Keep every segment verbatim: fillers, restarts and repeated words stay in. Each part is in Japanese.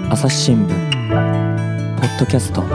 朝日新聞ポッドキャスト。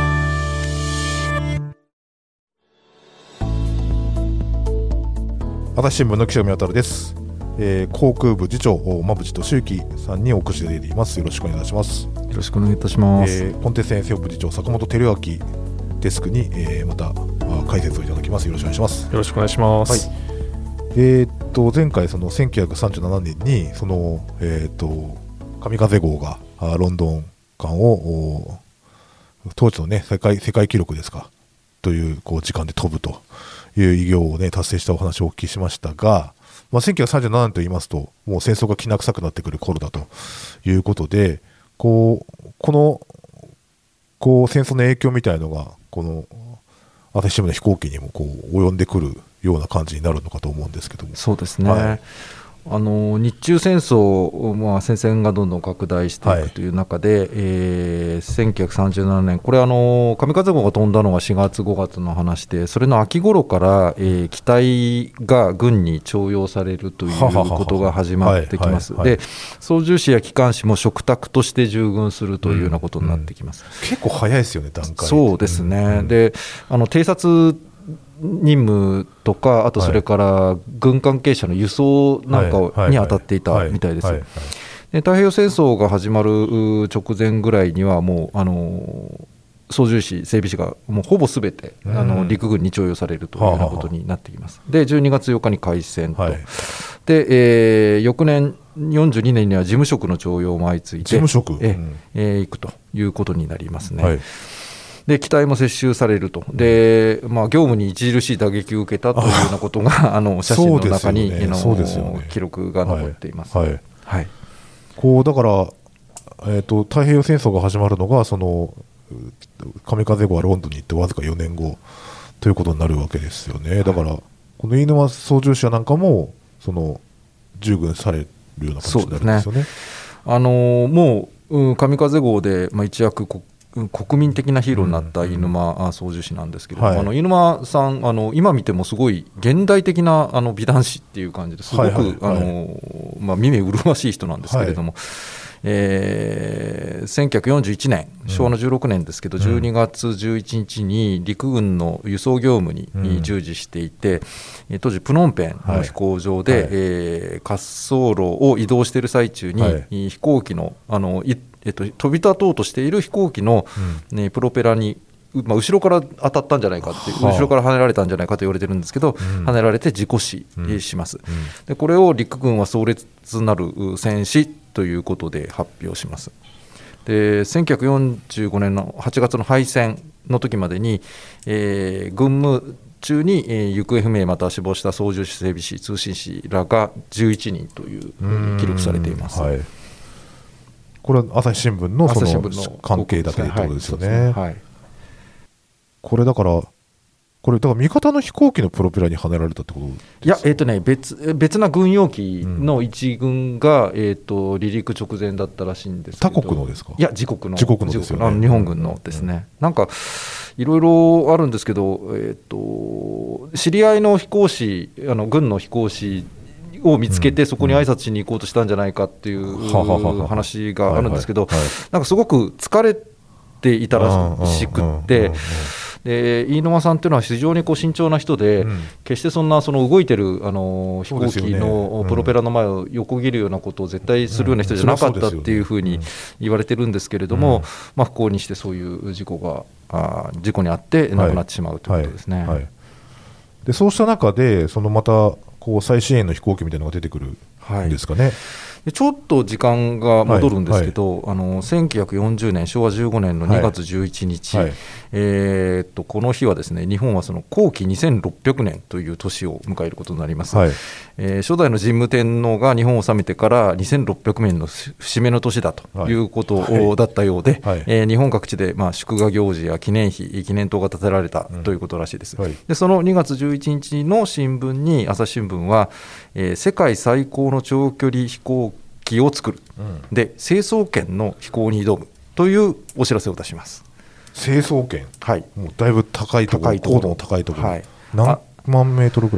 朝日新聞の記者宮太郎です。えー、航空部次長馬淵俊之さんにお越しいただいています。よろしくお願いします。 よろしくお願いいたします。 えー、コンテンツ編成部次長坂本照明デスクに、えー、また解説をいただきます。よろしくお願いします。 よろしくお願いします。 はい、えー、っと前回そのせんきゅうひゃくさんじゅうななねんにその、えー、っと神風号がロンドン間を当時の、ね、世界、世界記録ですかという、こう時間で飛ぶという偉業を、ね、達成したお話をお聞きしましたが、まあ、せんきゅうひゃくさんじゅうななねんと言いますともう戦争がきな臭くなってくる頃だということで、こうこのこう戦争の影響みたいのがこの朝日新聞の飛行機にもこう及んでくるような感じになるのかと思うんですけども。 そうですね、はい、あの日中戦争、まあ、戦線がどんどん拡大していくという中で、はい、えー、せんきゅうひゃくさんじゅうななねん、これあの神風号が飛んだのがしがつごがつの話で、それの秋頃から、えー、機体が軍に徴用されるということが始まってきます。で、操縦士や機関士も嘱託として従軍するというようなことになってきます、 うんうん、結構早いですよね、段階。 そうですね、うんうん、であの偵察任務とか、あとそれから軍関係者の輸送なんかに当たっていたみたいです。で太平洋戦争が始まる直前ぐらいにはもうあの操縦士、整備士がもうほぼすべてあの陸軍に徴用されるというようなことになってきます。でじゅうにがつようかに開戦と、はい、で、えー、翌年よんじゅうにねんには事務職の徴用も相次いで事務職、うん、 ええー、いくということになりますね。はい、で機体も接収されると。で、まあ、業務に著しい打撃を受けたというようなことがあの写真の中に、ねね、記録が残っています。はいはいはい、 こうだから、えーと、太平洋戦争が始まるのがその神風号はロンドンに行ってわずかよねんごということになるわけですよね。だから、はい、この飯沼操縦者なんかもその従軍されるような形になるんですよね。 あのー、もう、うん、神風号で、まあ、一躍国国民的なヒーローになった飯沼操縦士なんですけれども、はい、あの飯沼さん、あの今見てもすごい現代的なあの美男子っていう感じですごく、はいはいはい、あのまあ、耳麗しい人なんですけれども、はい、えー、せんきゅうひゃくよんじゅういちねん、昭和のじゅうろくねんですけど、うん、じゅうにがつじゅういちにちに陸軍の輸送業務に従事していて、うん、当時プノンペンの飛行場で、はいはい、えー、滑走路を移動している最中に、はい、飛行機のあのいえっと、飛び立とうとしている飛行機の、ね、プロペラに、まあ、後ろから当たったんじゃないかって、はあ、後ろから跳ねられたんじゃないかと言われてるんですけど、うん、跳ねられて事故死します、うんうん、でこれを陸軍は壮烈なる戦死ということで発表します。でせんきゅうひゃくよんじゅうごねんのはちがつの敗戦の時までに、えー、軍務中に、えー、行方不明または死亡した操縦士、整備士、通信士らがじゅういちにんという記録されています。はい、 これは朝日新聞のその関係だけでということですよね。はいはい、これだからこれだから味方の飛行機のプロペラに跳ねられたってことですか？ いや、えーとね、別, 別な軍用機の一軍が、うん、えーと離陸直前だったらしいんですけど。 他国のですか？ いや、自国の、 自国のですよね。 日本軍のですね、うん、なんかいろいろあるんですけど、えーと知り合いの飛行士、あの軍の飛行士を見つけてそこに挨拶しに行こうとしたんじゃないかっていう話があるんですけど、なんかすごく疲れていたらしくって、で飯沼さんっていうのは非常にこう慎重な人で、うん、決してそんなその動いてるあの飛行機のプロペラの前を横切るようなことを絶対するような人じゃなかったっていうふうに言われてるんですけれども、まあ、不幸にしてそういう事故があ事故にあって亡くなってしまうということですね。はいはいはい、 でそうした中でそのまたこう最新鋭の飛行機みたいなのが出てくるんですかね。はい、 でちょっと時間が戻るんですけど、はいはい、あのせんきゅうひゃくよんじゅうねんしょうわじゅうごねんのにがつじゅういちにち、はいはい、えー、っとこの日はですね、日本はその後期にせんろっぴゃくねんという年を迎えることになります。はい、えー、初代の神武天皇が日本を治めてからにせんろっぴゃくねんの節目の年だということだったようで、はいはい、えー、日本各地でまあ祝賀行事や記念碑、記念塔が建てられたということらしいです。うん、はい、でそのにがつじゅういちにちの新聞に、朝日新聞は、えー、世界最高の長距離飛行機を作る、うん、で成層圏の飛行に挑むというお知らせを出します。 成層圏、 はい、 もうだいぶ高いところ、高度の高いところ、はい、何万メートルぐらいなんですか？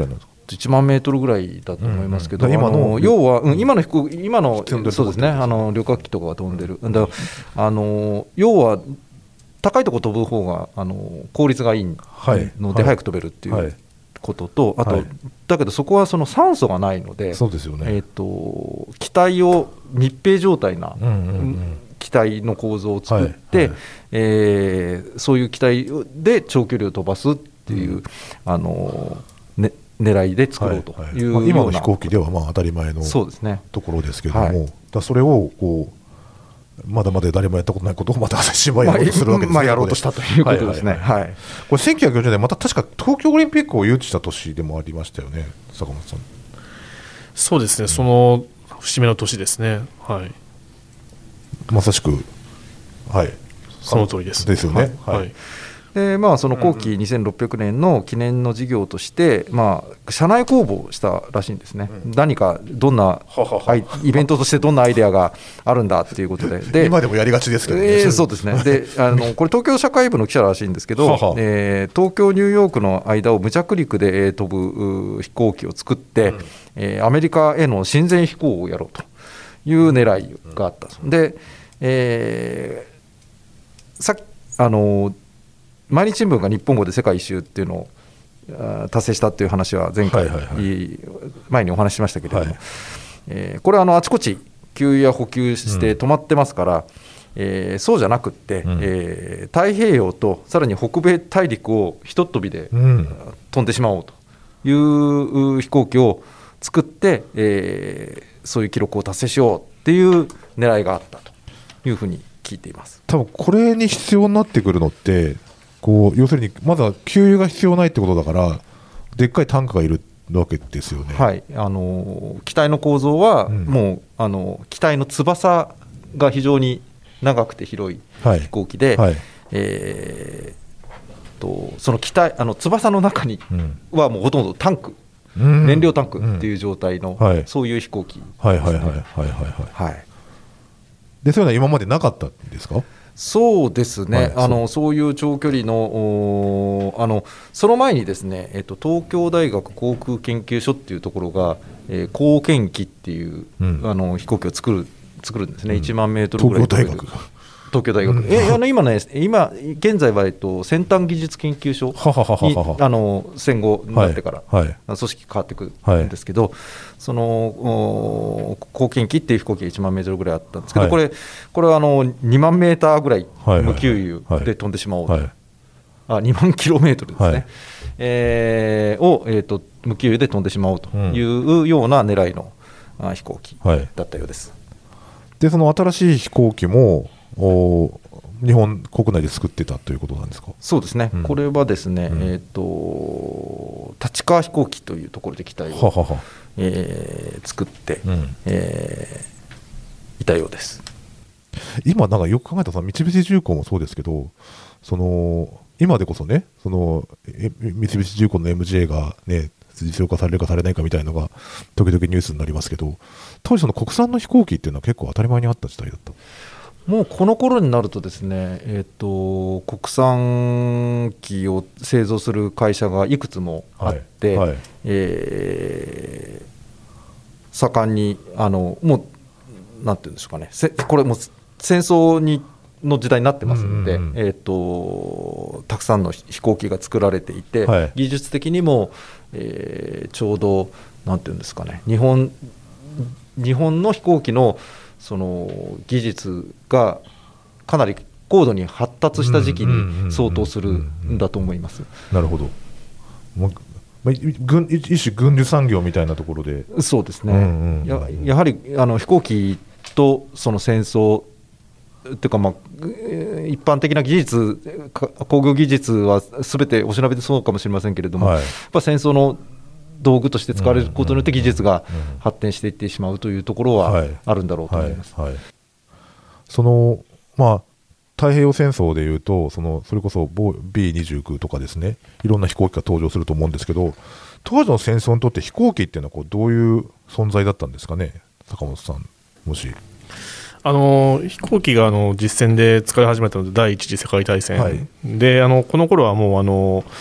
といちまんメートルぐらいだと思いますけど、 うんうん、今の要は、うん、今の飛行今のそうですね、あの旅客機とかが飛んでる、だあの要は高いところ飛ぶ方があの効率がいいので、はい、早く飛べるっていう、はい、ことと、あと、はい、だけどそこはその酸素がないので、 そうですよね、 えーと、機体を密閉状態な、うんうんうん、機体の構造を作って、はいはい、えー、そういう機体で長距離を飛ばすっていう、うん、あのね、狙いで作ろうという、はいはい、まあ、今の飛行機ではまあ当たり前のところですけども、はい、だそれをこうまだまだ誰もやったことないことをまた新聞やろうとするわけですね、 まあ、やろうとしたということですね。はいはいはい、 これせんきゅうひゃくよんじゅうねん、また確か東京オリンピックを誘致した年でもありましたよね、坂本さん。 そうですね、うん、その節目の年ですね、はい、 まさしく、はい、 その通りです。 ですよね。はいはい、 でまあ、その後期にせんろっぴゃくねんの記念の事業として、まあ、社内公募をしたらしいんですね、うん、何かどんなイベントとしてどんなアイデアがあるんだということで、で今でもやりがちですけどね、 えー、そうですね、であのこれ、東京社会部の記者らしいんですけど、ははえー、東京、ニューヨークの間を無着陸で飛ぶ飛行機を作って、うん、えー、アメリカへの親善飛行をやろうという狙いがあった、うん、で、えー、さあの毎日新聞が日本語で世界一周っていうのを達成したっていう話は前回、はいはいはい、前にお話ししましたけれども、はい、えー、これはあのあちこち給油や補給して止まってますから、うん、えー、そうじゃなくって、うん、えー、太平洋とさらに北米大陸をひとっ飛びで飛んでしまおうという飛行機を作って、えー、そういう記録を達成しようっていう狙いがあったというふうに聞いています。 多分これに必要になってくるのってこう要するにまだ給油が必要ないってことだからでっかいタンクがいるわけですよね。 はい、あの機体の構造はもう、うん、あの機体の翼が非常に長くて広い飛行機で、はいはい、えー、とその機体あの翼の中にはもうほとんどタンク、うん、燃料タンクっていう状態の、うん、はい、そういう飛行機ですね。 はいはいはいはいはいはい。でそういうのは今までなかったんですか？ そうですね、はい、あのそういう長距離の、あのその前にですね、えっと、東京大学航空研究所っていうところが、えー、航研機っていう、うん、あの飛行機を作る、作るんですね、うん、いちまんメートルぐらい。 東京大学東京大学、うん、えあの今ね、今現在は、えっと、先端技術研究所にあの戦後になってから、はいはい、組織変わってくるんですけど、はい、その航研機っていう飛行機がいちまんメートルぐらいあったんですけど、はい、これこれはあのにまんメーターぐらい無給油で飛んでしまおうと、はいはい、あにまんキロメートルですね、はい、えー、を、えー、と無給油で飛んでしまおうというような狙いの、うん、飛行機だったようです。 でその新しい飛行機もお日本国内で作ってたということなんですか？ そうですね、うん、これはですね、うん、えー、と立川飛行機というところで機体をははは、えー、作って、うん、えー、いたようです。 今なんかよく考えたら三菱重工もそうですけど、その今でこそね、その三菱重工の エムジェー がね実用化されるかされないかみたいなのが時々ニュースになりますけど、当時その国産の飛行機っていうのは結構当たり前にあった時代だった。 もうこの頃になるとですね、えー、と国産機を製造する会社がいくつもあって、はいはい、えー、盛んにあのもうなんていうんですかね、これも戦争にの時代になってますので、うんうん、えー、とたくさんの飛行機が作られていて、はい、技術的にも、えー、ちょうどなんていうんですかね、日本日本の飛行機のその技術がかなり高度に発達した時期に相当するんだと思います。 なるほど。まあ、軍一種軍需産業みたいなところで。 そうですね、うんうんうん、や, やはりあの飛行機とその戦争というか、まあ、一般的な技術工業技術はすべてお調べでそうかもしれませんけれども、はい、やっぱ戦争の道具として使われることによって技術が発展していってしまうというところはあるんだろうと思います。 はいはいはい、そのまあ太平洋戦争でいうとそのそれこそ ビーにじゅうきゅう とかですね、いろんな飛行機が登場すると思うんですけど、当時の戦争にとって飛行機っていうのはこうどういう存在だったんですかね、坂本さん。もしあの飛行機があの実戦で使い始めたので第一次世界大戦、はい、であのこの頃はもうあの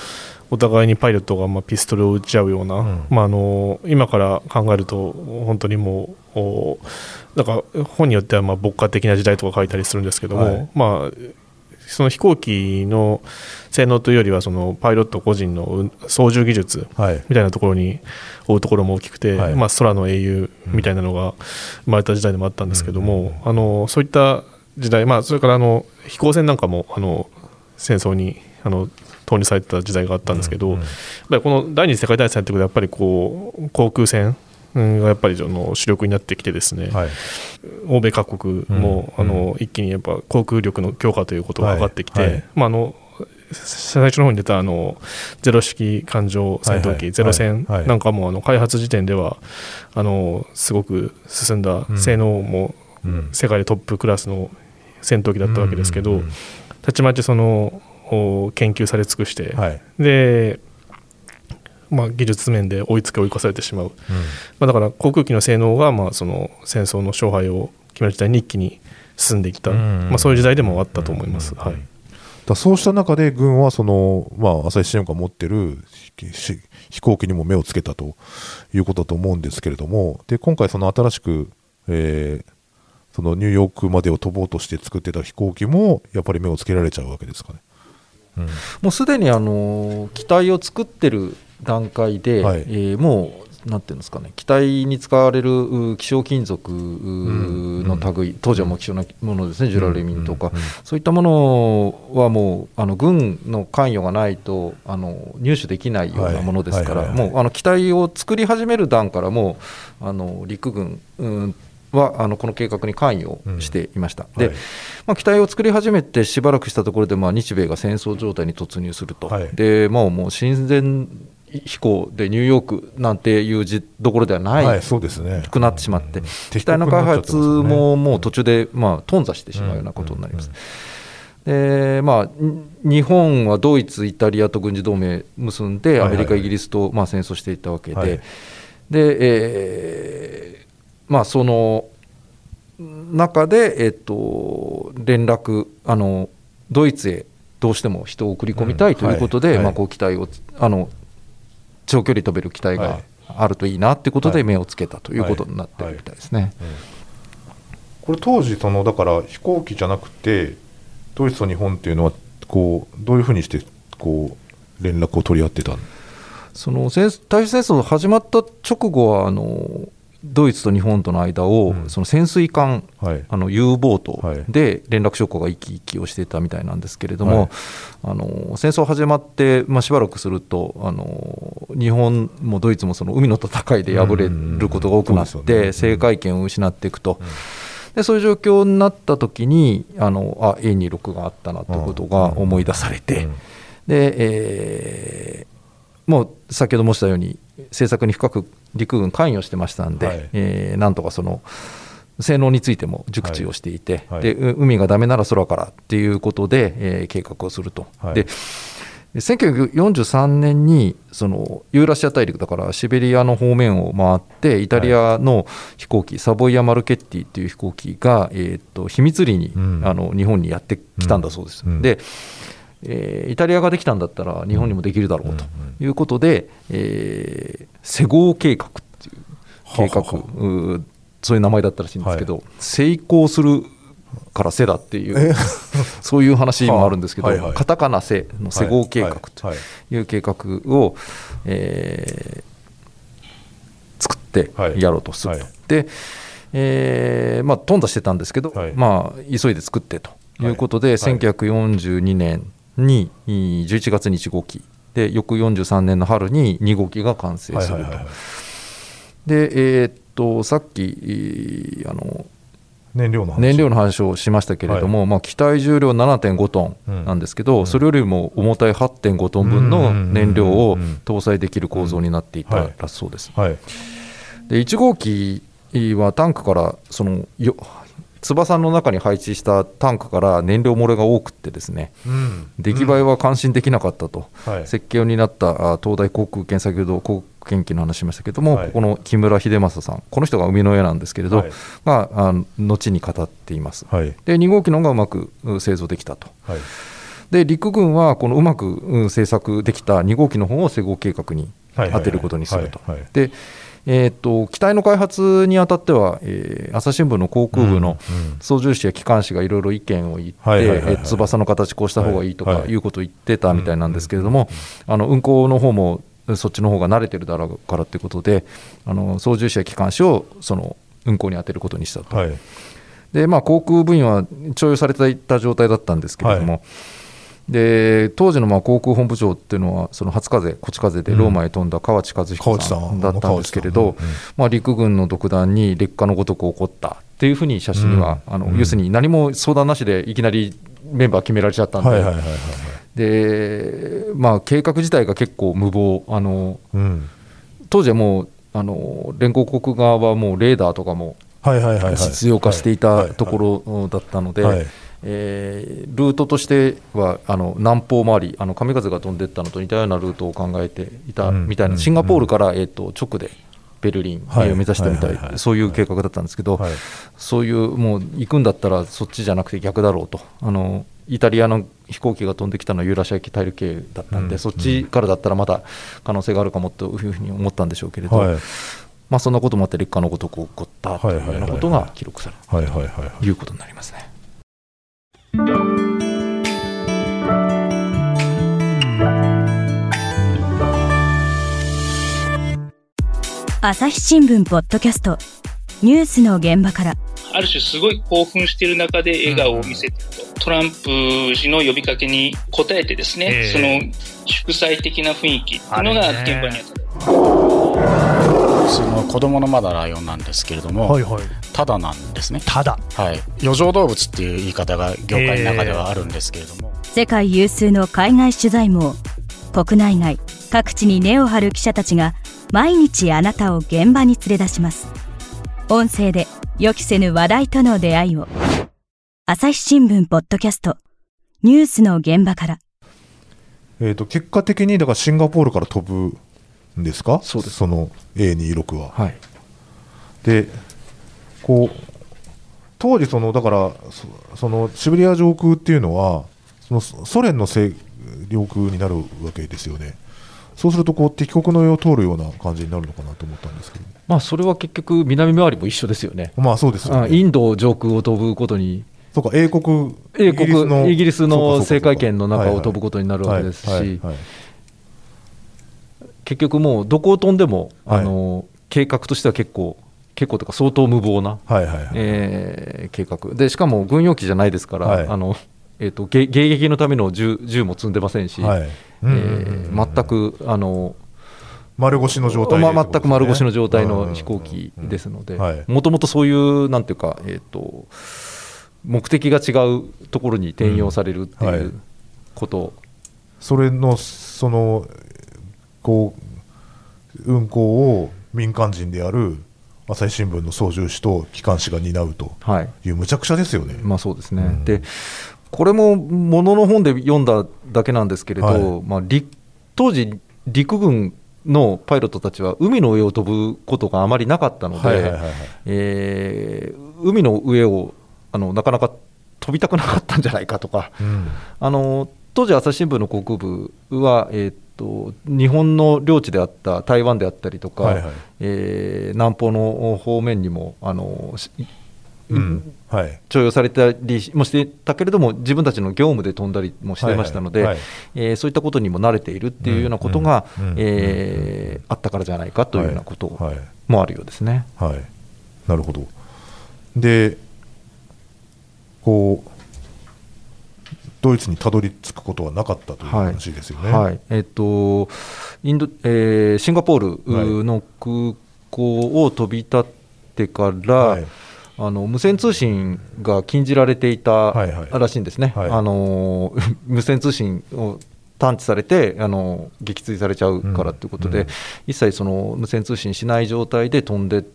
お互いにパイロットがまあピストルを撃ち合うような、うんまあ、あの今から考えると本当にもうおなんか本によってはまあ牧歌的な時代とか書いたりするんですけども、はい、まあその飛行機の性能というよりはそのパイロット個人の操縦技術みたいなところに追うところも大きくて、はいまあ、空の英雄みたいなのが生まれた時代でもあったんですけども、うん、あのそういった時代、まあ、それからあの飛行船なんかもあの戦争にあの投入されてた時代があったんですけど、うんうん、やっぱりこの第二次世界大戦ということでやっぱりこう航空船がやっぱりその主力になってきてですね、はい、欧米各国も、うん、あの一気にやっぱ航空力の強化ということが上がってきて、はいはいまあ、あの最初の方に出たあのゼロ式艦上戦闘機ゼロ戦なんかもあの開発時点ではあのすごく進んだ性能も世界でトップクラスの戦闘機だったわけですけど、たちまちその研究され尽くして、はい、でまあ、技術面で追いつけ追い越されてしまう、うんまあ、だから航空機の性能がまあその戦争の勝敗を決める時代に一気に進んでいった、まあ、そういう時代でもあったと思います。はい、 だそうした中で軍はその、まあ、朝日新聞が持っている飛行機にも目をつけたということだと思うんですけれども、で今回その新しく、えー、そのニューヨークまでを飛ぼうとして作ってた飛行機もやっぱり目をつけられちゃうわけですかね。 うん、もうすでにあの機体を作ってる段階で、はいえー、もうなんていうんですかね、機体に使われる希少金属の類、うん、当時はもう希少なものですね、ジュラルミンとか、うんうんうん、そういったものはもうあの軍の関与がないとあの入手できないようなものですから、はいはいはいはい、もうあの機体を作り始める段からもうあの陸軍、うんはあのこの計画に関与していました、うんではいまあ、機体を作り始めてしばらくしたところで、まあ、日米が戦争状態に突入すると、はい、でもうもう親善飛行でニューヨークなんていうところではない、はい、そうですね、くなってしまって、うん、機体の開発ももう途中で、まあ、頓挫してしまうようなことになります、うんうんうんでまあ、日本はドイツ、イタリアと軍事同盟結んでアメリカ、イギリスと、まあ、戦争していたわけで、はいでえーまあ、その中で、えっと、連絡あのドイツへどうしても人を送り込みたいということで、うんはいまあ、こう機体をあの長距離飛べる機体があるといいなということで目をつけたということになっているみたいですね。 これ当時そのだから飛行機じゃなくてドイツと日本っていうのはこうどういうふうにしてこう連絡を取り合ってたの？ その対日戦争が始まった直後はあのドイツと日本との間を、うん、その潜水艦、はい、あの U ボートで連絡証拠が行き来をしていたみたいなんですけれども、はい、あの戦争始まって、まあ、しばらくするとあの日本もドイツもその海の戦いで敗れることが多くなって、うんうんうんね、制海権を失っていくと、うん、でそういう状況になった時にあのあ エーにじゅうろく があったなということが思い出されて、うんうん、で、えー、もう先ほど申したように政策に深く陸軍関与してましたんで、はいえー、なんとかその性能についても熟知をしていて、はいはい、で海がダメなら空からっていうことで、えー、計画をすると、はい、でせんきゅうひゃくよんじゅうさんねんにそのユーラシア大陸だからシベリアの方面を回ってイタリアの飛行機、はい、サボイア・マルケッティという飛行機が、えー、と秘密裏に、うん、あの日本にやってきたんだそうです、うん、でえー、イタリアができたんだったら日本にもできるだろうということで、うんえー、セゴー計画っていう計画、はははそういう名前だったらしいんですけど、はい、成功するからセだっていうそういう話もあるんですけど、はいはい、カタカナセのセゴー計画という計画を、えー、作ってやろうとすると、はいはい、で、えーまあ、頓挫してたんですけど、はいまあ、急いで作ってということで、はい、せんきゅうひゃくよんじゅうにねんにじゅういちがつにいちごうきで翌よんじゅうさんねんの春ににごうきが完成すると、はいはいはいはい、で、えー、っとさっきあの燃料の話燃料の話をしましたけれども、はいまあ、機体重量 ななてんごトンなんですけど、うん、それよりも重たい はってんごトン分の燃料を搭載できる構造になっていたらそうです、はいはい、でいちごうきはタンクからそのよ翼の中に配置したタンクから燃料漏れが多くってですね、うん、出来栄えは感心できなかったと、うん、設計を担った東大航空研先ほど航空研究の話しましたけども、はい、ここの木村秀正さんこの人が生みの親なんですけれど、はい、があ後に語っています、はい、でにごうきの方がうまく製造できたと、はいで陸軍はこのうまく、うん、製作できたに号機の方を整合計画に当てることにすると。でえー、と機体の開発にあたっては、えー、朝日新聞の航空部の操縦士や機関士がいろいろ意見を言って、翼の形こうした方がいいとかいうことを言ってたみたいなんですけれども、あの運航の方もそっちの方が慣れてるだろうからということで、あの操縦士や機関士をその運航に当てることにしたと。はい、でまあ、航空部員は徴用されていた状態だったんですけれども、はい、で当時のまあ航空本部長っていうのはその初風こち風でローマへ飛んだ河内和彦さんだったんですけれど、まあ、陸軍の独断に劣化のごとく起こったっていうふうに写真には、うん、あの要するに何も相談なしでいきなりメンバー決められちゃったんで、で、まあ、計画自体が結構無謀、あの、うん、当時はもうあの連合国側はもうレーダーとかも実用化していたところだったので、えー、ルートとしてはあの南方周り、あの神風が飛んでいったのと似たようなルートを考えていたみたいな、うん、シンガポールから、えー、と直でベルリンを目指したみたい、はいはいはいはい、そういう計画だったんですけど、はい、そういうもう行くんだったらそっちじゃなくて逆だろうと、あのイタリアの飛行機が飛んできたのはユーラシア大陸系だったんで、うん、そっちからだったらまだ可能性があるかもというふうに思ったんでしょうけれど、はい、まあ、そんなこともあって劣化のごとく起こったというようなことが記録されるということになりますね。 朝日新聞ポッドキャストニュースの現場から、 ある種すごい興奮している中で笑顔を見せていると、うん、トランプ氏の呼びかけに応えてですね、えー、その祝祭的な雰囲気というのが現場にあった。 その子供のまだライオンなんですけれども、はいはい、ただなんですね。ただ、はい、余剰動物っていう言い方が業界の中ではあるんですけれども、 世界有数の海外取材網、国内外各地に根を張る記者たちが毎日あなたを現場に連れ出します。音声で予期せぬ話題との出会いを。朝日新聞ポッドキャストニュースの現場から。 えーと、結果的にだからシンガポールから飛ぶんですか？ そうです。 その エーにじゅうろく は、 はい、 でこう当時そのだからそ, そのシベリア上空っていうのはそのソ連の勢力になるわけですよね。そうするとこう敵国の上を通るような感じになるのかなと思ったんですけど、 まあ、それは結局南回りも一緒ですよね。 まあそうですよね。 インド上空を飛ぶことに、 そうか、英国英国イギリスの、イギリスの制海権の中を飛ぶことになるわけですし、結局もうどこを飛んでも、はい、あの計画としては結構結構というか相当無謀な、はいはいはい、えー、計画で、しかも軍用機じゃないですから、はい、あのえー、と迎撃のための 銃, 銃も積んでませんし、はい、えー、全くあの丸腰の状態、 ま、全く丸腰の状態の飛行機ですので、もともとそういうなんていうか、えー、と目的が違うところに転用されるっていうこと、うん、はい、 それのそのこう運航を民間人である朝日新聞の操縦士と機関士が担うという、むちゃくちゃですよね。 まあ、そうですね、うん、でこれもものの本で読んだだけなんですけれど、はい、まあ、当時陸軍のパイロットたちは海の上を飛ぶことがあまりなかったので、海の上をあのなかなか飛びたくなかったんじゃないかとか、うん、あの当時朝日新聞の航空部は、えー、と日本の領地であった台湾であったりとか、はいはい、えー、南方の方面にもあの、うん、はい、徴用されたりもしてたけれども、自分たちの業務で飛んだりもしてましたので、はいはいはい、えー、そういったことにも慣れているっていうようなことが、うんうん、えー、あったからじゃないかというようなこともあるようですね。 はいはい、なるほど。でこうドイツにたどり着くことはなかったという話ですよね。 はいはい、えー、とインドえー、シンガポールの空港を飛び立ってから、はい、あの無線通信が禁じられていたらしいんですね。はいはい、あの無線通信を探知されてあの撃墜されちゃうからということで、うんうん、一切その無線通信しない状態で飛んでって、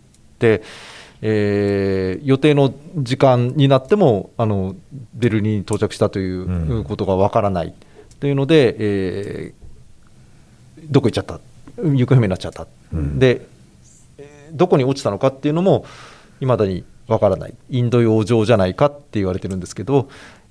えー、予定の時間になってもあのベルリンに到着したということがわからないというので、えー、どこ行っちゃった、行方不明になっちゃった、うん、でどこに落ちたのかっていうのもいまだにわからない、インド洋上じゃないかって言われてるんですけど、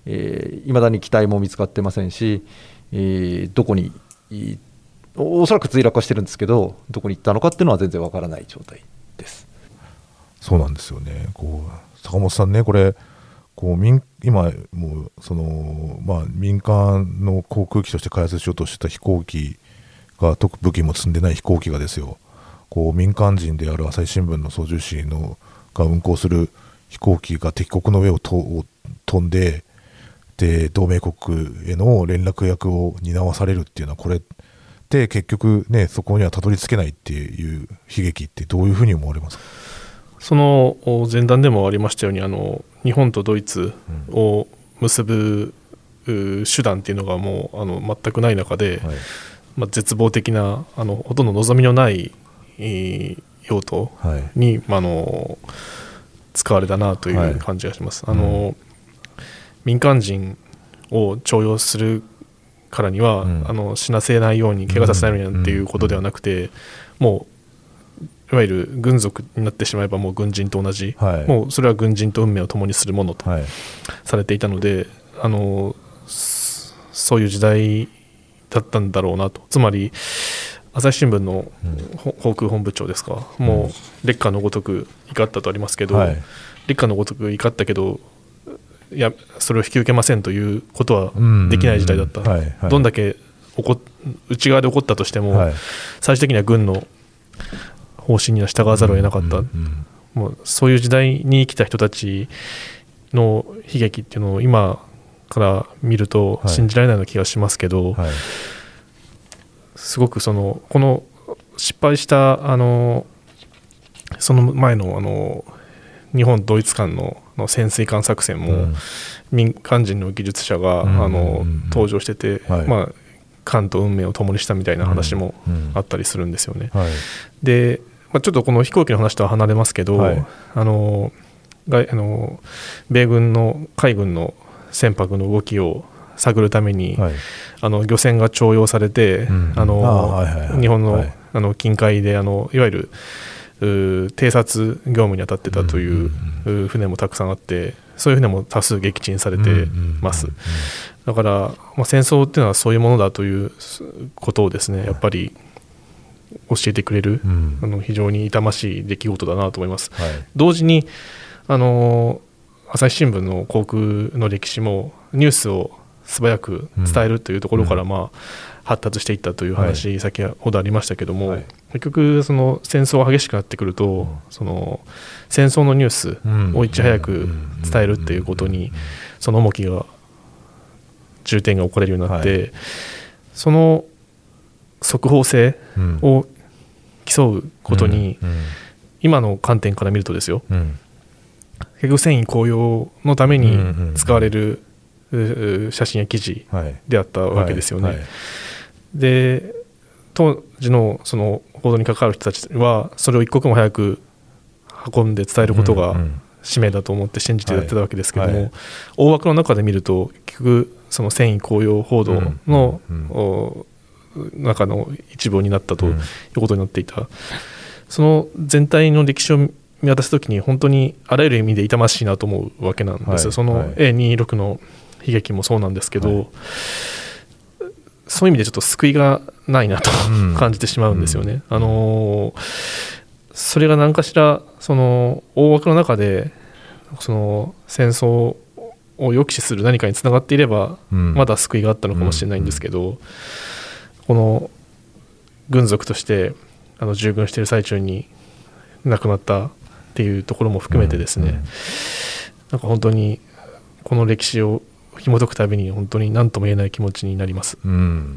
えー、未だに機体も見つかってませんし、えー、どこにおそらく墜落はしてるんですけど、どこに行ったのかっていうのは全然わからない状態です。 そうなんですよね。こう坂本さんね、これこう民今もうその、まあ、民間の航空機として開発しようとしてた飛行機が、特武器も積んでない飛行機がですよ、こう民間人である朝日新聞の操縦士のが運航する飛行機が敵国の上をと飛んで、で同盟国への連絡役を担わされるっていうのは、これって結局ね、そこにはたどり着けないっていう悲劇ってどういうふうに思われますか？ その前段でもありましたように、あの日本とドイツを結ぶ手段っていうのがもうあの全くない中で、はい、まあ、絶望的なあのほとんど望みのない用途に、はい、まあ、あの使われたなという感じがします。はい、あのうん、民間人を徴用するからには、うん、あの死なせないように怪我させないようになんていうことではなくて、もういわゆる軍属になってしまえばもう軍人と同じ、はい、もうそれは軍人と運命を共にするものとされていたので、はい、あのそういう時代だったんだろうなと。つまり朝日新聞の航空本部長ですか、うん、もう烈火のごとく怒ったとありますけど、はい、烈火のごとく怒ったけど、いやそれを引き受けませんということはできない時代だった。どんだけ怒内側で起こったとしても、はい、最終的には軍の方針には従わざるを得なかった、うんうんうん、もうそういう時代に生きた人たちの悲劇っていうのを今から見ると信じられないような気がしますけど、はいはい、すごくそのこの失敗したあのその前のあの日本ドイツ間 の, の潜水艦作戦も、うん、民間人の技術者が、うん、あの登場してて、はい、まあ艦と運命を共にしたみたいな話もあったりするんですよね。うんうん、はい、でまあ、ちょっとこの飛行機の話とは離れますけど、はい、あのがあの米軍の海軍の船舶の動きを探るために、はい、あの漁船が徴用されて、うん、あのあ、はいはいはい、日本 の,、はい、あの近海であのいわゆる偵察業務に当たってたという、うんうん、船もたくさんあって、そういう船も多数撃沈されてます。だから、まあ、戦争っていうのはそういうものだということをですね、やっぱり教えてくれる、うん、あの非常に痛ましい出来事だなと思います。はい、同時にあの朝日新聞の航空の歴史もニュースを素早く伝えるというところから、まあ、発達していったという話、はい、先ほどありましたけども、はい、結局その戦争が激しくなってくると、うん、その戦争のニュースをいち早く伝えるということにその重きが重点が置かれるようになって、はい、その速報性を競うことに、うんうん、今の観点から見るとですよ、うん、結局戦意高揚のために使われる、うんうん、写真や記事であったわけですよね。はいはいはい、で当時 の, その報道に関わる人たちはそれを一刻も早く運んで伝えることが使命だと思って信じてやってたわけですけども、はいはい、大枠の中で見ると結局その戦意高揚報道の、うんうん中の一部になったということになっていた、うん、その全体の歴史を見渡すときに本当にあらゆる意味で痛ましいなと思うわけなんです、はい、その エーにじゅうろく の悲劇もそうなんですけど、はい、そういう意味でちょっと救いがないなと、うん、感じてしまうんですよね。うん、あのそれが何かしらその大枠の中でその戦争を抑止する何かにつながっていれば、うん、まだ救いがあったのかもしれないんですけど、うんうん、この軍属としてあの従軍している最中に亡くなったっていうところも含めてですね、うんうん、なんか本当にこの歴史を紐解くたびに本当に何とも言えない気持ちになります。 うん、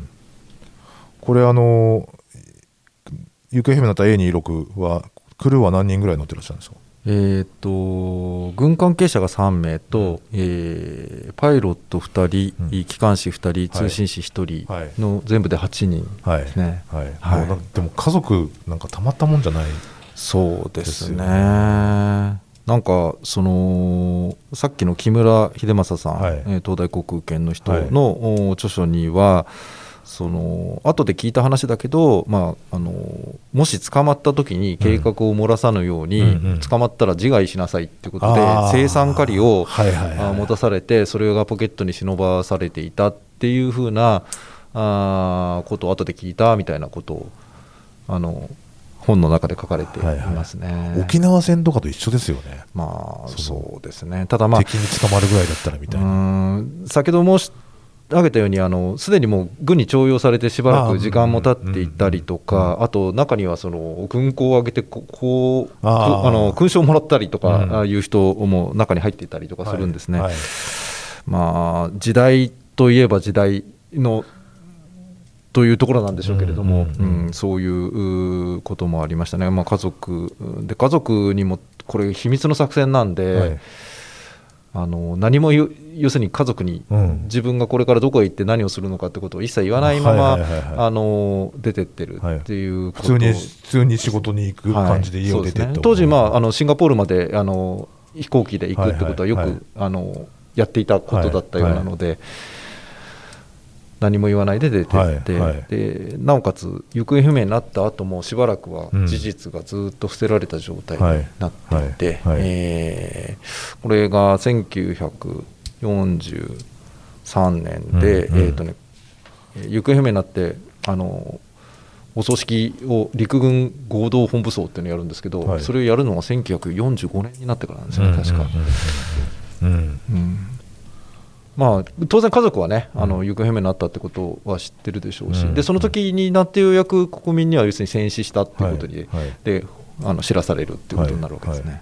これあの行方不明になった エーにじゅうろく はクルーは何人ぐらい乗ってらっしゃるんですか？ えー、と軍関係者がさんめいと、えー、パイロットふたり、うん、機関士ふたり、通信士ひとりの全部ではちにんですね。 はいはいはい、もうでも家族なんかたまったもんじゃない、 そうですね。なんかそのさっきの木村秀正さん、はい、東大航空研の人の、はい、著書にはその後で聞いた話だけど、まあ、あのもし捕まった時に計画を漏らさぬように、うん、捕まったら自害しなさいということで、青酸カリを、はいはいはい、持たされて、それがポケットに忍ばされていたっていうふうなあことを後で聞いたみたいなことをあの本の中で書かれていますね、はいはい、 沖縄戦とかと一緒ですよね。 まあ、そうですね。ただ、まあ、 敵に捕まるぐらいだったらみたいな。 うーん、先ほど申し上げたように、あのすでにもう軍に徴用されてしばらく時間も経っていたりとか、 あ, あと中にはその軍功を挙げてここうああの勲章をもらったりとかいう人も中に入っていたりとかするんですね、はいはい、まあ、時代といえば時代のというところなんでしょうけれども、うんうんうん、そういうこともありましたね。まあ、家族で家族にもこれ秘密の作戦なんで、はい、あの何も要するに家族に自分がこれからどこへ行って何をするのかってことを一切言わないまま出てってるっていうこと、 はい、普通に普通に仕事に行く感じで家を出てった、はい、ね、 当時、まあ、あのシンガポールまであの飛行機で行くってことはよく、はいはいはい、あのやっていたことだったようなので、はいはい、何も言わないで出てって、はいはい、でなおかつ行方不明になった後もしばらくは事実がずっと伏せられた状態になっていて、はいはいはい、えー、これがせんきゅうひゃくよんじゅうさんねんで、うんうん、えーとね、行方不明になってあのお葬式を陸軍合同本部葬っていうのをやるんですけど、はい、それをやるのがせんきゅうひゃくよんじゅうごねんになってからなんですよね、確か。うんうんうん、まあ、当然家族はね、あの行方不明になったってことは知ってるでしょうし、うん、でその時になってようやく国民には要するに戦死したっていうことで、はいはい、であの知らされるっていうことになるわけですね。はいはい、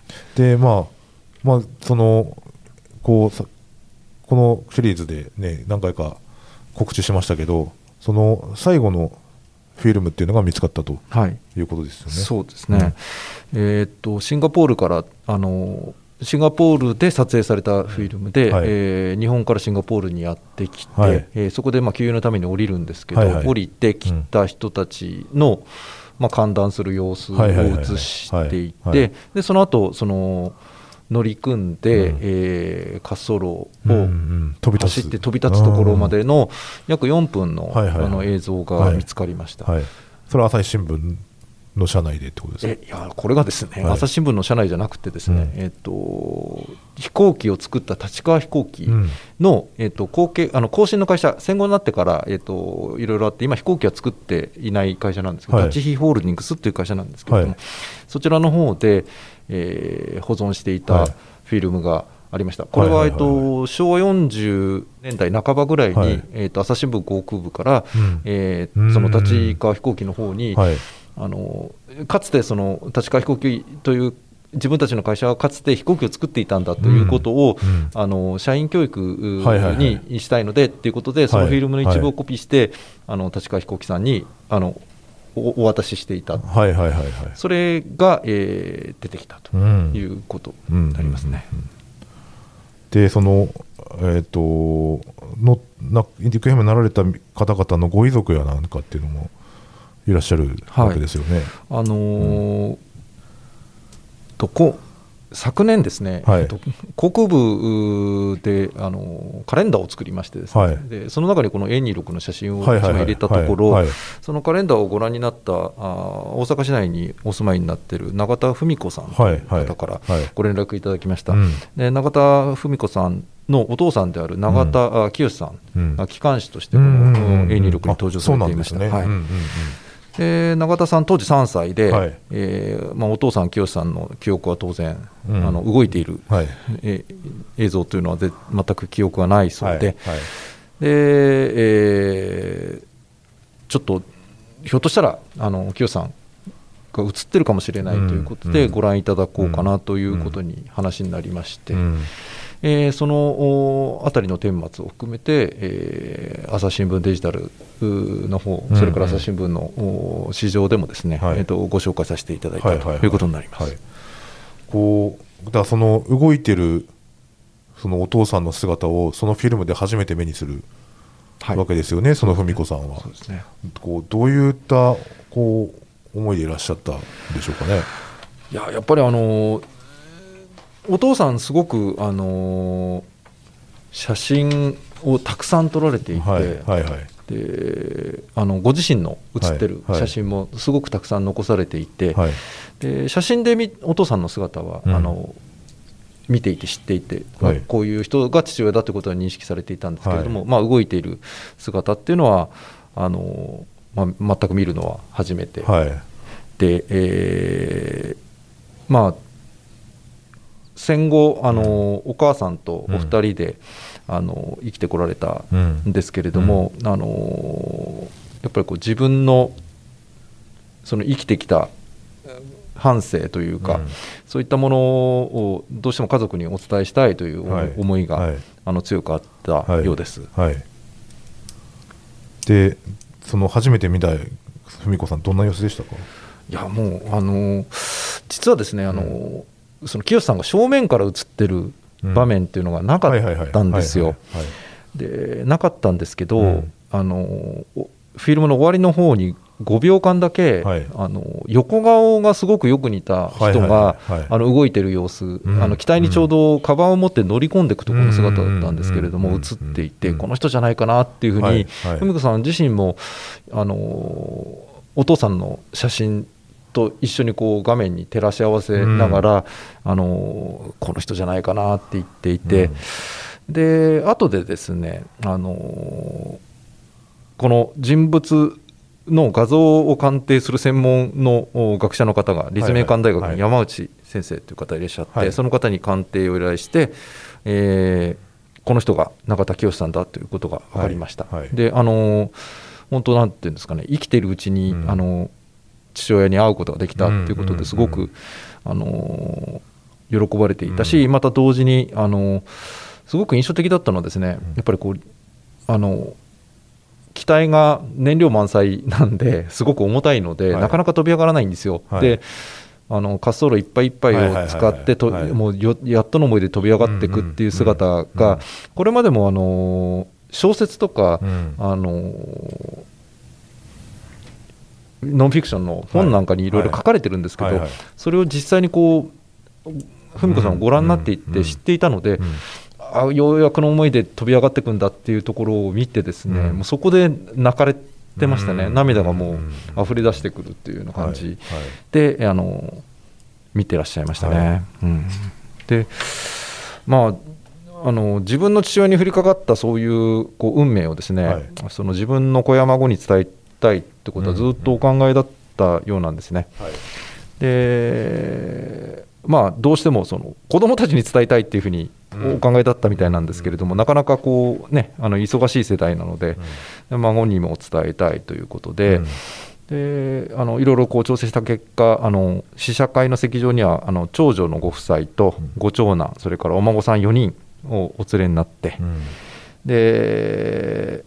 でまあまあそのこうこのシリーズでね何回か告知しましたけど、その最後のフィルムっていうのが見つかったということですよね。 はい、そうですね。うん、えー、っとシンガポールからあのシンガポールで撮影されたフィルムで、はい、えー、日本からシンガポールにやってきて、はい、えー、そこでまあ給油のために降りるんですけど、はいはい、降りてきた人たちの、うん、まあ、歓談する様子を映していて、でその後その乗り組んで、うん、えー、滑走路を走って飛び立つところまでの約よんぷん の,、はいはいはい、あの映像が見つかりました。はいはい、 それは朝日新聞の社内でってことですか？ えいやこれがですね、はい、朝日新聞の社内じゃなくてですね、うん、えー、と飛行機を作った立川飛行機の、うん、えー、と後継あの後進の会社、戦後になってから、えー、といろいろあって今飛行機は作っていない会社なんですけど、はい、立飛ホールディングスっていう会社なんですけれども、はい、そちらの方で、えー、保存していたフィルムがありました。これは、えー、としょうわよんじゅうねんだいなかばぐらいに、はい、えー、と朝日新聞航空部から、うん、えー、その立川飛行機の方に、はい、あのかつてその立川飛行機という自分たちの会社はかつて飛行機を作っていたんだということを、うんうん、あの社員教育にしたいのでということで、そのフィルムの一部をコピーして、はいはい、あの立川飛行機さんにあの お, お渡ししていた、はいはいはいはい、それが、えー、出てきたということになりますね。うんうんうんうん、 でその、えー、とのな行方不明になられた方々のご遺族やなんかっていうのもいらっしゃるわけですよね。はい、あのーうん、 とこ昨年ですね、はい、航空部で、あのカレンダーを作りましてですね、はい、でその中にこの エーにじゅうろく の写真を入れたところ、そのカレンダーをご覧になったあ大阪市内にお住まいになっている永田文子さんという方からご連絡いただきました。はいはいはい、で永田文子さんのお父さんである永田清さん、うん、機関士としてこの エーにじゅうろく に登場されていました。で永田さん当時さんさいで、はい、えーまあ、お父さん清さんの記憶は当然、うん、あの動いている、はい、え映像というのはで全く記憶がないそうで、はいはい、でえー、ちょっとひょっとしたらあの清さんが映ってるかもしれないということで、うん、ご覧いただこうかなということに話になりまして、うんうん、えー、そのあたりの顛末を含めて、えー、朝日新聞デジタルの方、それから朝日新聞の市場でもですね、はい、えー、とご紹介させていただいた、はいはいはい、ということになります。はい、 こうだからその動いてるそのお父さんの姿をそのフィルムで初めて目にするわけですよね、はい、その文子さんは。そうですね、こうどういったこう思いでいらっしゃったんでしょうかね。 いや、やっぱりあのお父さんすごくあの写真をたくさん撮られていて、はいはいはい、 であのご自身の写ってる写真もすごくたくさん残されていて、はいはい、で写真でみお父さんの姿は、うん、あの見ていて知っていて、はい、こういう人が父親だということは認識されていたんですけれども、はい、まあ、動いている姿っていうのはあの、まあ、全く見るのは初めて、はい、で、えー、まあ戦後あの、うん、お母さんとお二人で、うん、あの生きてこられたんですけれども、うん、あのやっぱりこう自分のその生きてきた半生というか、うん、そういったものをどうしても家族にお伝えしたいという思いが、はいはい、あの強くあったようです、はいはい、 でその初めて見た文子さんどんな様子でしたか？ いやもうあの実はですねあの、うん、その清さんが正面から映ってる場面っていうのがなかったんですよ。でなかったんですけど、うん、あのフィルムの終わりの方にごびょうかんだけ、はい、あの横顔がすごくよく似た人が動いてる様子、うん、あの機体にちょうどカバンを持って乗り込んでいくところの姿だったんですけれども、映っていて、うん、この人じゃないかなっていうふうに、はいはい、文子さん自身もあのお父さんの写真と一緒にこう画面に照らし合わせながら、うん、あのこの人じゃないかなって言っていて、うん、で後でですねあのこの人物の画像を鑑定する専門の学者の方が立命館大学の山内先生という方いらっしゃって、はいはい、その方に鑑定を依頼して、えー、この人が中田清さんだということが分かりました、はいはい、であの本当なんていうんですかね、生きているうちに、うん、あの父親に会うことができたということですごく、うんうんうん、あの喜ばれていたし、うん、また同時にあのすごく印象的だったのはですね、やっぱりこうあの機体が燃料満載なんですごく重たいので、はい、なかなか飛び上がらないんですよ、はい、であの滑走路いっぱいいっぱいを使ってもうやっとの思いで飛び上がっていくっていう姿がこれまでもあの小説とか、うん、あのノンフィクションの本なんかにいろいろ書かれてるんですけど、それを実際にこう文子さんをご覧になっていって知っていたので、あようやくの思いで飛び上がっていくんだっていうところを見てですね、うん、もうそこで泣かれてましたね、うん、涙がもう溢れ出してくるっていうような感じで、はいはい、あの見てらっしゃいましたね、はい、うん、でまああの自分の父親に降りかかったそういう、こう運命をですね、はい、その自分の子や孫に伝えたいってことはずっとお考えだったようなんですね、うんうん、はい、でまあどうしてもその子どもたちに伝えたいっていうふうにお考えだったみたいなんですけれども、うん、なかなかこう、ね、あの忙しい世代なので、うん、孫にも伝えたいということで、うん、であのいろいろこう調整した結果、あの試写会の席上にはあの長女のご夫妻とご長男、それからお孫さんよにんをお連れになって、うん、で、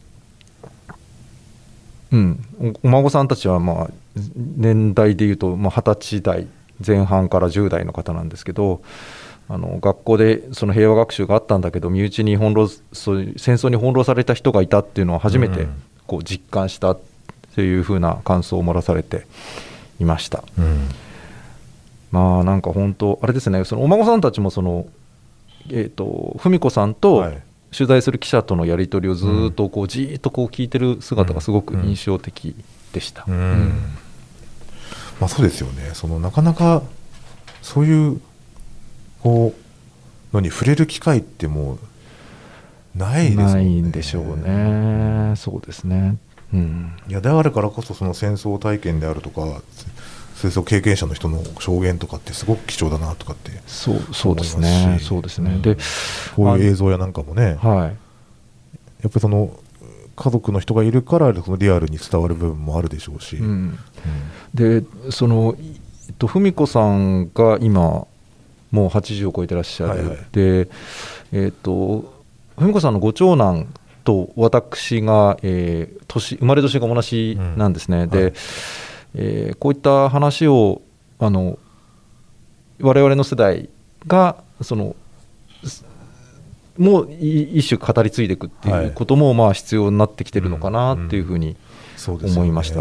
うん、お孫さんたちはまあ年代でいうとはたち代前半からじゅう代の方なんですけど、あの学校でその平和学習があったんだけど身内に翻弄そういう戦争に翻弄された人がいたっていうのを初めてこう実感したというふうな感想を漏らされていました、うん、まあなんか本当あれですね、そのお孫さんたちもその、えーと文子さんと取材する記者とのやり取りをずっとこうじーっとこう聞いてる姿がすごく印象的でした、うんうんうん、 まあ、そうですよね、そのなかなかそういうこうのに触れる機会ってもうないですもんね。 ないんでしょうね。そうですね、うん、 いやであるからこそその戦争体験であるとか戦争経験者の人の証言とかってすごく貴重だなとかってそうそうですね。そうですね、うん、でこういう映像やなんかもね、はい、やっぱりその家族の人がいるからそのリアルに伝わる部分もあるでしょうし、うんうん、 でその、えっと、文子さんが今もうはちじゅうを超えてらっしゃる、はいはい、で、えー、と文子さんのご長男と私が、えー、年生まれ年が同じなんですね、うん、で、はい、えー、こういった話をあの我々の世代がそのもう一種語り継いでいくっていうことも、はい、まあ必要になってきてるのかなっていうふうに思いました。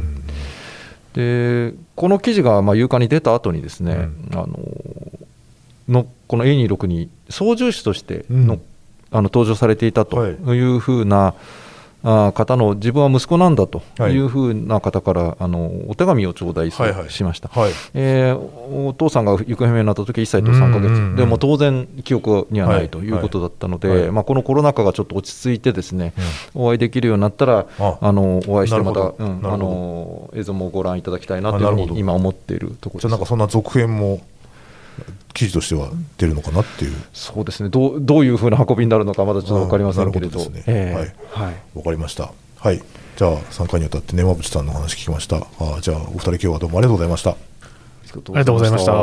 でこの記事がまあ夕刊に出た後にですね、うん、あののこの エーにじゅうろく に操縦士としての、うん、あの登場されていたというふうな方の自分は息子なんだというふうな方からあのお手紙を頂戴しました。えー、お父さんが行方不明になった時はいっさいとさんかげつでも当然記憶にはないということだったので、はいはい、まあ、このコロナ禍がちょっと落ち着いてですね、うん、お会いできるようになったらああのお会いしてまた、うん、あの映像もご覧いただきたいなというふうに今思っているところです。 じゃあなんかそんな続編も記事としては出るのかなっていう。 そうですね、どう、どういうふうな運びになるのかまだちょっと分かりませんけれど。 なるほどですね、えー、はい、はい、分かりました。はい、じゃあさんかいにわたって根間淵さんの話聞きました。あ、じゃあお二人今日はどうもありがとうございました。ありがとうございました。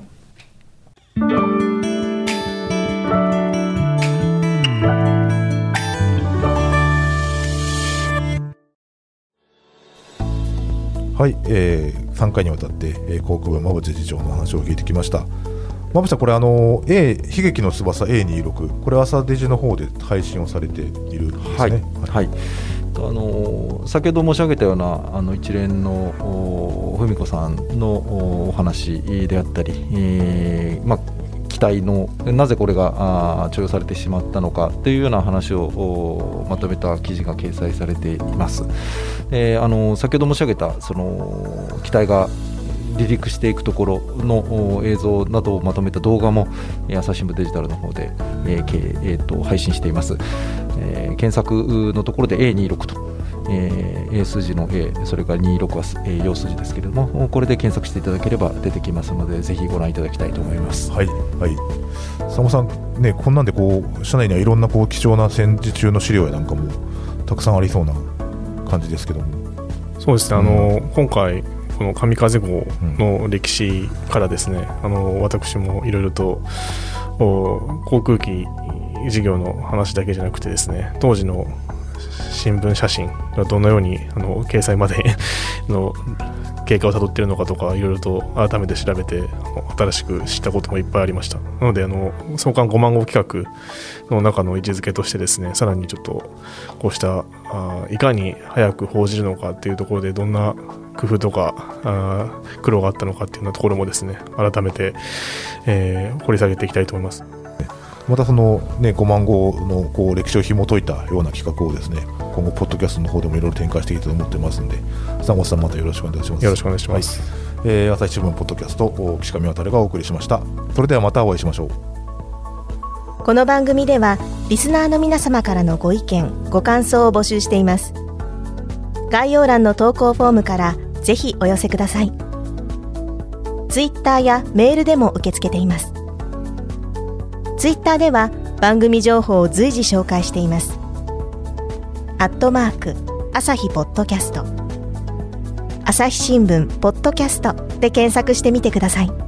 はい、えー、さんかいにわたって、えー、航空部馬淵次長の話を聞いてきました。馬淵さん、これあの A 悲劇の翼 エーにじゅうろく、これ朝デジの方で配信をされているんですね。 はい、はいはい、あの先ほど申し上げたようなあの一連の文子さんのお話であったり、えーまあ、機体のなぜこれが徴用されてしまったのかというような話をまとめた記事が掲載されています。えー、あの先ほど申し上げたその機体が離陸していくところの映像などをまとめた動画も朝日新聞デジタルの方で、えーえー、と配信しています。えー、検索のところで エーにじゅうろく と、えー、A 数字の A、 それからにじゅうろくは、えー、陽数字ですけれども、これで検索していただければ出てきますので、ぜひご覧いただきたいと思います。 はい、はい、佐野さん、ね、こんなんでこう社内にはいろんなこう貴重な戦時中の資料やなんかもたくさんありそうな感じですけども。 そうですね、あの、うん、今回この神風号の歴史からですね、うん、あの私もいろいろと航空機事業の話だけじゃなくてですね、当時の新聞写真がどのようにあの掲載までの経過をたどっているのかとか、いろいろと改めて調べて新しく知ったこともいっぱいありました。なのであの創刊ごまんごう企画の中の位置づけとしてですね、さらにちょっとこうしたあいかに早く報じるのかっていうところでどんな工夫とかあ苦労があったのかっていうようなところもですね、改めて、えー、掘り下げていきたいと思います。 またその、ね、ごまんごうのこう歴史を紐解いたような企画をですね、今後ポッドキャストの方でもいろいろ展開していきたいと思ってますので、佐越さんまたよろしくお願いします。 よろしくお願いします。 はい、えー、朝日新聞ポッドキャスト岸上渉がお送りしました。それではまたお会いしましょう。 この番組ではリスナーの皆様からのご意見ご感想を募集しています。概要欄の投稿フォームからぜひお寄せください。ツイッターやメールでも受け付けています。ツイッターでは番組情報を随時紹介しています。アットマーク朝日ポッドキャスト、朝日新聞ポッドキャストで検索してみてください。